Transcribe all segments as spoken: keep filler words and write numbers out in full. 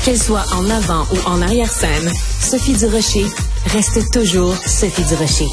Qu'elle soit en avant ou en arrière-scène, Sophie Durocher reste toujours Sophie Durocher.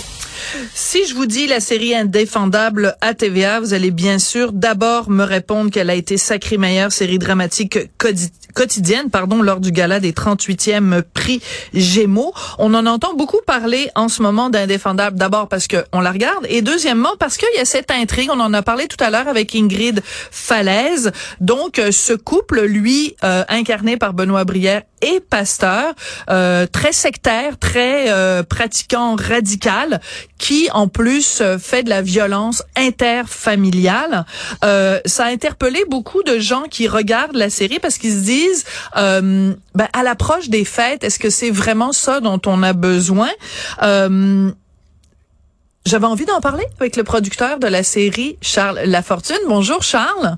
Si je vous dis la série Indéfendable à T V A, vous allez bien sûr d'abord me répondre qu'elle a été sacrée meilleure série dramatique quotidienne, pardon, lors du gala des trente-huitièmes prix Gémeaux. On en entend beaucoup parler en ce moment d'Indéfendable, d'abord parce que on la regarde, et deuxièmement parce qu'il y a cette intrigue, on en a parlé tout à l'heure avec Ingrid Falaise. Donc, ce couple, lui, euh, incarné par Benoît Brière et pasteur, euh, très sectaire, très euh, pratiquant radical, qui en plus euh, fait de la violence interfamiliale. Euh, ça a interpellé beaucoup de gens qui regardent la série parce qu'ils se disent, euh, ben, à l'approche des fêtes, est-ce que c'est vraiment ça dont on a besoin? Euh, J'avais envie d'en parler avec le producteur de la série, Charles Lafortune. Bonjour Charles.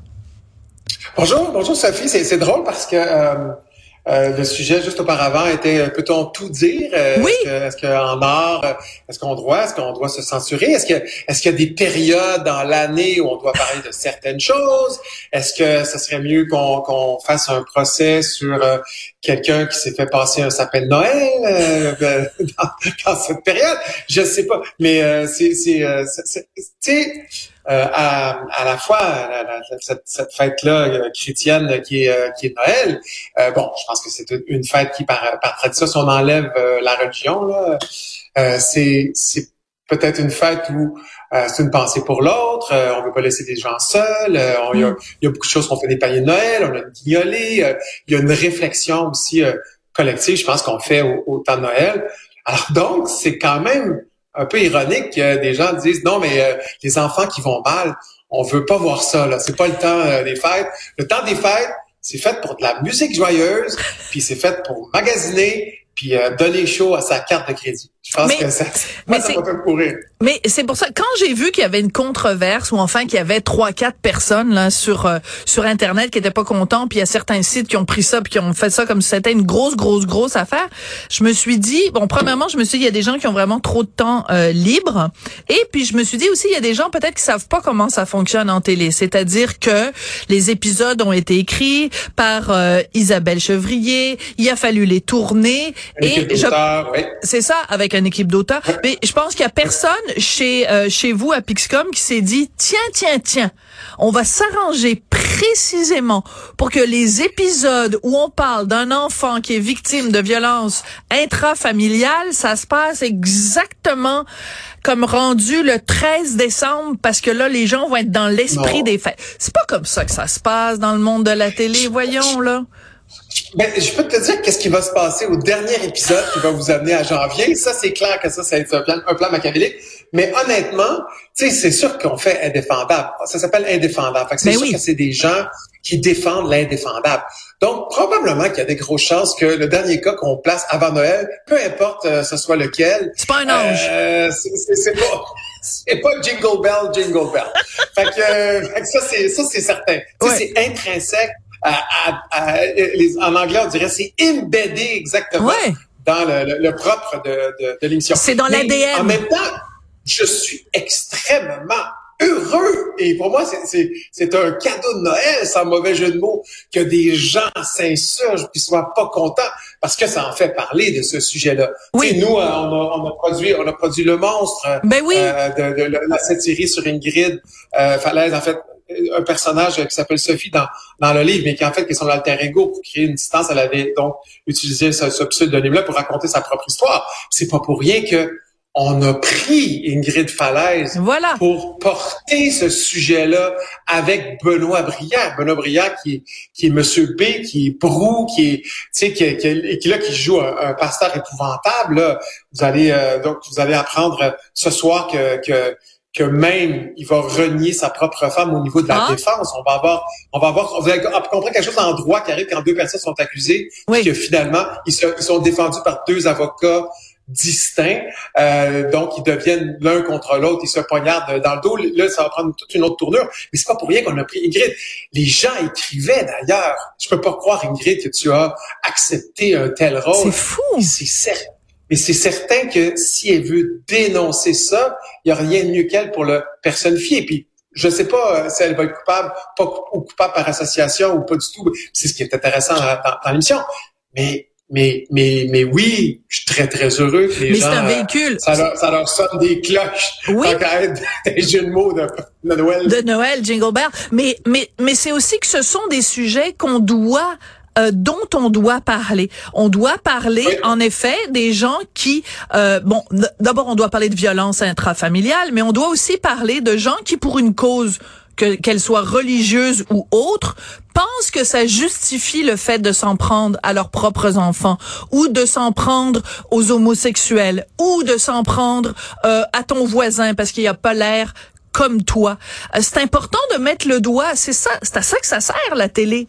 Bonjour, bonjour Sophie. C'est, c'est drôle parce que euh, euh, le sujet juste auparavant était, peut-on tout dire? Euh, oui. Est-ce, que, est-ce qu'en art, est-ce qu'on doit, est-ce qu'on doit se censurer? Est-ce que, est-ce qu'il y a des périodes dans l'année où on doit parler de certaines choses? Est-ce que ce serait mieux qu'on, qu'on fasse un procès sur euh, quelqu'un qui s'est fait passer un sapin de Noël euh, dans, dans cette période? Je sais pas, mais euh, c'est, c'est, euh, c'est, c'est tu sais. Euh, à, à la fois la, la, cette, cette fête-là euh, chrétienne qui est, euh, qui est Noël. Euh, bon, je pense que c'est une, une fête qui, par, par tradition, si on enlève euh, la religion, là, euh, c'est, c'est peut-être une fête où euh, c'est une pensée pour l'autre. Euh, on veut pas laisser des gens seuls. Euh, il y a, y a beaucoup de choses qu'on fait des paniers de Noël. On a une guignolée. Il euh, y a une réflexion aussi euh, collective, je pense, qu'on fait au, au temps de Noël. Alors donc, c'est quand même un peu ironique que des gens disent non, mais euh, les enfants qui vont mal, on veut pas voir ça, là. C'est pas le temps euh, des fêtes. Le temps des fêtes, c'est fait pour de la musique joyeuse, puis c'est fait pour magasiner, puis euh, donner chaud à sa carte de crédit. Je pense mais, que ça, mais ça c'est, va pas courir. Mais c'est pour ça, quand j'ai vu qu'il y avait une controverse, ou enfin qu'il y avait trois, quatre personnes là sur euh, sur Internet qui étaient pas contents, puis il y a certains sites qui ont pris ça, puis qui ont fait ça comme si c'était une grosse, grosse, grosse affaire, je me suis dit, bon, premièrement, je me suis dit, il y a des gens qui ont vraiment trop de temps euh, libre, et puis je me suis dit aussi, il y a des gens peut-être qui savent pas comment ça fonctionne en télé, c'est-à-dire que les épisodes ont été écrits par euh, Isabelle Chevrier, il a fallu les tourner, une et je, oui. c'est ça, avec une équipe d'auteurs, mais je pense qu'il y a personne chez euh, chez vous à Pixcom qui s'est dit tiens tiens tiens on va s'arranger précisément pour que les épisodes où on parle d'un enfant qui est victime de violences intrafamiliales, ça se passe exactement comme rendu le treize décembre, parce que là les gens vont être dans l'esprit non. des fêtes. C'est pas comme ça que ça se passe dans le monde de la télé, voyons là. Ben, je peux te dire qu'est-ce qui va se passer au dernier épisode qui va vous amener à janvier. Ça, c'est clair que ça, ça va être un plan, un plan machiavélique. Mais honnêtement, tu sais, c'est sûr qu'on fait Indéfendable. Ça s'appelle Indéfendable. Fait que c'est ben sûr oui. que c'est des gens qui défendent l'indéfendable. Donc, probablement qu'il y a des grosses chances que le dernier cas qu'on place avant Noël, peu importe euh, ce soit lequel. C'est pas un ange. Euh, c'est, c'est, c'est pas... C'est pas Jingle Bell, Jingle Bell. fait, que, euh, fait que ça, c'est, ça, c'est certain. Ouais. C'est intrinsèque. À, à, à, les, en anglais, on dirait c'est embeddé exactement ouais. dans le, le, le propre de, de, de l'émission. C'est dans Mais l'A D N. En même temps, je suis extrêmement heureux. Et pour moi, c'est, c'est, c'est un cadeau de Noël, sans mauvais jeu de mots, que des gens s'insurgent puis soient pas contents, parce que ça en fait parler de ce sujet-là. Oui. Tu sais, nous, on a, on a produit, on a produit Le Monstre, ben oui. euh, de, de, de, de cette série sur Ingrid euh, Falaise, en fait. Un personnage qui s'appelle Sophie dans dans le livre, mais qui en fait qui est son alter ego pour créer une distance. Elle avait donc utilisé ce, ce pseudonyme-là pour raconter sa propre histoire. C'est pas pour rien que on a pris Ingrid Falaise voilà. pour porter ce sujet-là avec Benoît Brière. Benoît Brière qui est qui est Monsieur B, qui est brou, qui est tu sais qui qui, qui là qui joue un, un pasteur épouvantable. Là. Vous allez euh, donc vous allez apprendre ce soir que que que même il va renier sa propre femme au niveau de la ah. défense. On va avoir, on va avoir, vous allez comprendre quelque chose en droit qui arrive quand deux personnes sont accusées, oui. et que finalement ils, se, ils sont défendus par deux avocats distincts, euh, donc ils deviennent l'un contre l'autre, ils se poignardent dans le dos. Là, ça va prendre toute une autre tournure, mais c'est pas pour rien qu'on a pris Ingrid. Les gens écrivaient d'ailleurs. Je peux pas croire, Ingrid, que tu as accepté un tel rôle. C'est fou. C'est certain. Mais c'est certain que si elle veut dénoncer ça, il n'y a rien de mieux qu'elle pour le personnifier. Puis je sais pas si elle va être coupable, pas ou coupable par association ou pas du tout. C'est ce qui est intéressant dans, dans l'émission. Mais Mais, mais, mais oui, je suis très, très heureux que les mais gens... c'est un véhicule. Ça leur, ça leur sonne des cloches. Oui. Tant qu'à être des jeux de mots de, de Noël. De Noël, Jingle Bell. Mais, mais, mais c'est aussi que ce sont des sujets qu'on doit... Euh, dont on doit parler. On doit parler, oui. en effet, des gens qui... Euh, bon, d'abord, on doit parler de violence intrafamiliale, mais on doit aussi parler de gens qui, pour une cause... que qu'elle soit religieuse ou autre, pensent que ça justifie le fait de s'en prendre à leurs propres enfants, ou de s'en prendre aux homosexuels, ou de s'en prendre euh, à ton voisin parce qu'il a pas l'air comme toi. Euh, c'est important de mettre le doigt, c'est ça, c'est à ça que ça sert, la télé.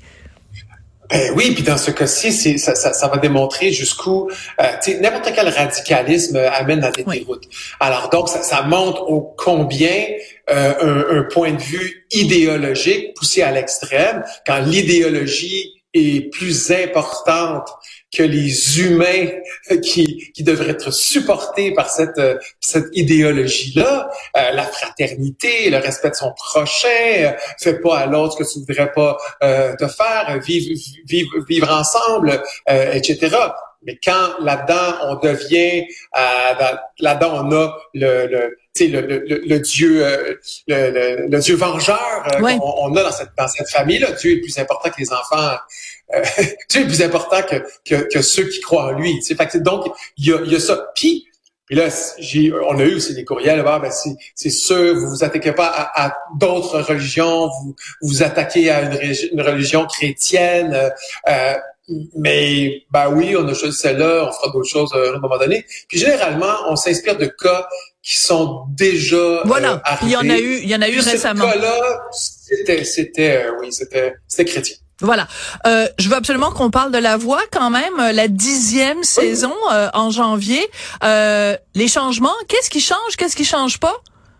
Ben oui, puis dans ce cas-ci, c'est, ça, ça, ça va démontrer jusqu'où euh, n'importe quel radicalisme amène à des oui. déroutes. Alors donc, ça, ça montre au combien euh, un, un point de vue idéologique poussé à l'extrême, quand l'idéologie est plus importante que les humains qui, qui devraient être supportés par cette, cette idéologie-là, euh, la fraternité, le respect de son prochain, euh, fais pas à l'autre ce que tu voudrais pas euh, te faire, vivre, vivre, vivre ensemble, euh, et cetera. Mais quand là-dedans on devient, euh, dans, là-dedans on a le, le tu sais, le, le, le, le Dieu, euh, le, le, le Dieu vengeur euh, ouais. qu'on on a dans cette, dans cette famille-là. Dieu est plus important que les enfants. Euh, Dieu est plus important que, que, que ceux qui croient en lui. Tu sais. Fait que donc, il y a, il y a ça. Puis, puis là, j'ai, on a eu aussi des courriels. Ah, ben c'est, c'est sûr, vous vous attaquez pas à, à d'autres religions, vous vous attaquez à une, une religion chrétienne. Euh, mais ben oui, on a choisi celle-là, on fera d'autres choses à un moment donné. Puis généralement, on s'inspire de cas qui sont déjà voilà. euh, arrivés. Il y en a eu, il y en a eu Puis récemment. Ce cas-là, c'était, c'était, euh, oui, c'était, c'était chrétien. Voilà. Euh, je veux absolument qu'on parle de La Voix quand même, la dixième oui. saison euh, en janvier. Euh, les changements, qu'est-ce qui change, qu'est-ce qui change pas?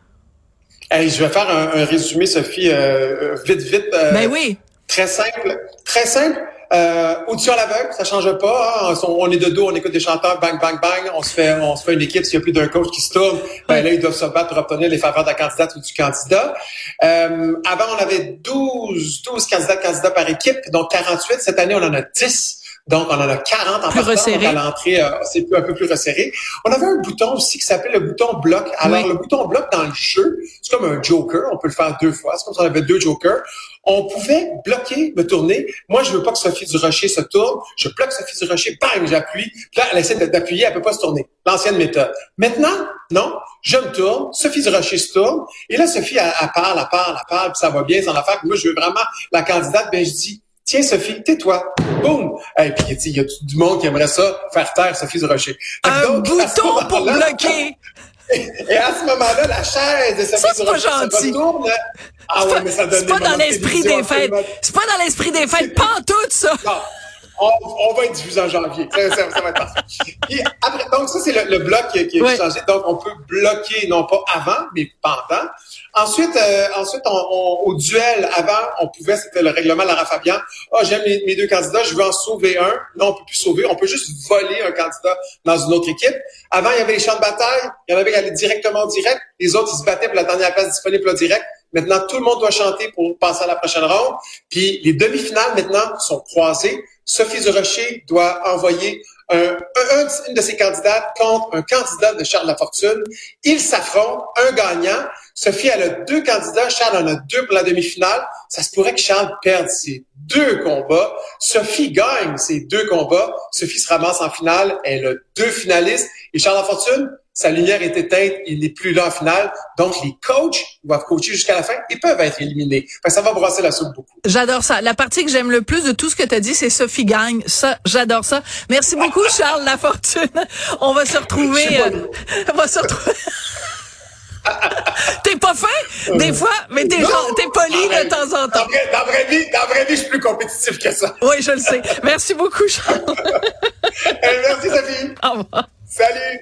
Hey, je vais faire un, un résumé, Sophie, euh, vite, vite. Euh, ben oui. Très simple, très simple. Euh, audition à l'aveugle, ça change pas. Hein? On est de dos, on écoute des chanteurs, bang, bang, bang. On se fait, on se fait une équipe. S'il y a plus d'un coach qui se tourne, ben là, ils doivent se battre pour obtenir les faveurs de la candidate ou du candidat. Euh, avant, on avait douze, douze candidats, candidats par équipe, donc quarante-huit. Cette année, on en a dix. Donc, on en a quarante en partant, donc à l'entrée, euh, c'est un peu plus resserré. On avait un bouton aussi qui s'appelle le bouton bloc. Alors, oui. le bouton bloc dans le jeu, c'est comme un joker. On peut le faire deux fois. C'est comme si on avait deux jokers. On pouvait bloquer, me tourner. Moi, je veux pas que Sophie Durocher se tourne. Je bloque Sophie Durocher, bang, j'appuie. Puis là, elle essaie d'appuyer, elle peut pas se tourner. L'ancienne méthode. Maintenant, non, je me tourne, Sophie Durocher se tourne. Et là, Sophie, elle, elle parle, elle parle, elle parle, puis ça va bien, c'est en affaire. Puis moi, je veux vraiment la candidate. Ben, je dis, tiens, Sophie, tais-toi. Boum! Et puis, il y a tout du monde qui aimerait ça, faire taire Sophie Durocher. Un donc, bouton pour bloquer! Et à ce moment-là, la chaise de Sophie Durocher se retourne. Ah ouais, mais ça donne c'est pas dans l'esprit des fêtes. C'est pas dans l'esprit des fêtes. Pantoute, ça! Non. On, on va être diffusé en janvier. Ça, ça, ça va être parfait. Puis après, donc ça, c'est le, le bloc qui, qui est oui. changé. Donc, on peut bloquer, non pas avant, mais pendant. Ensuite, euh, ensuite on, on, au duel, avant, on pouvait, c'était le règlement de Lara Fabian. Ah, oh, j'aime mes, mes deux candidats, je veux en sauver un. Non, on peut plus sauver. On peut juste voler un candidat dans une autre équipe. Avant, il y avait les champs de bataille. Il y en avait qui allaient directement au direct. Les autres, ils se battaient pour la dernière place disponible au direct. Maintenant, tout le monde doit chanter pour passer à la prochaine ronde. Puis, les demi-finales, maintenant, sont croisées. Sophie Durocher doit envoyer un, un, une de ses candidates contre un candidat de Charles Lafortune. Ils s'affrontent, un gagnant. Sophie, elle a deux candidats. Charles en a deux pour la demi-finale. Ça se pourrait que Charles perde ses deux combats. Sophie gagne ses deux combats. Sophie se ramasse en finale. Elle a deux finalistes. Et Charles Lafortune, sa lumière est éteinte, il n'est plus là en finale. Donc, les coachs doivent coacher jusqu'à la fin. Ils peuvent être éliminés. Enfin, ça va brasser la soupe beaucoup. J'adore ça. La partie que j'aime le plus de tout ce que tu as dit, c'est Sophie gagne. Ça, j'adore ça. Merci beaucoup, Charles Lafortune. On va se retrouver... Euh, on va se retrouver... T'es pas fin, des fois, mais t'es, genre, t'es poli de temps en temps. Dans vraie, dans vraie vie, dans vraie vie, je suis plus compétitif que ça. Oui, je le sais. Merci beaucoup, Charles. Merci, Sophie. Au revoir. Salut.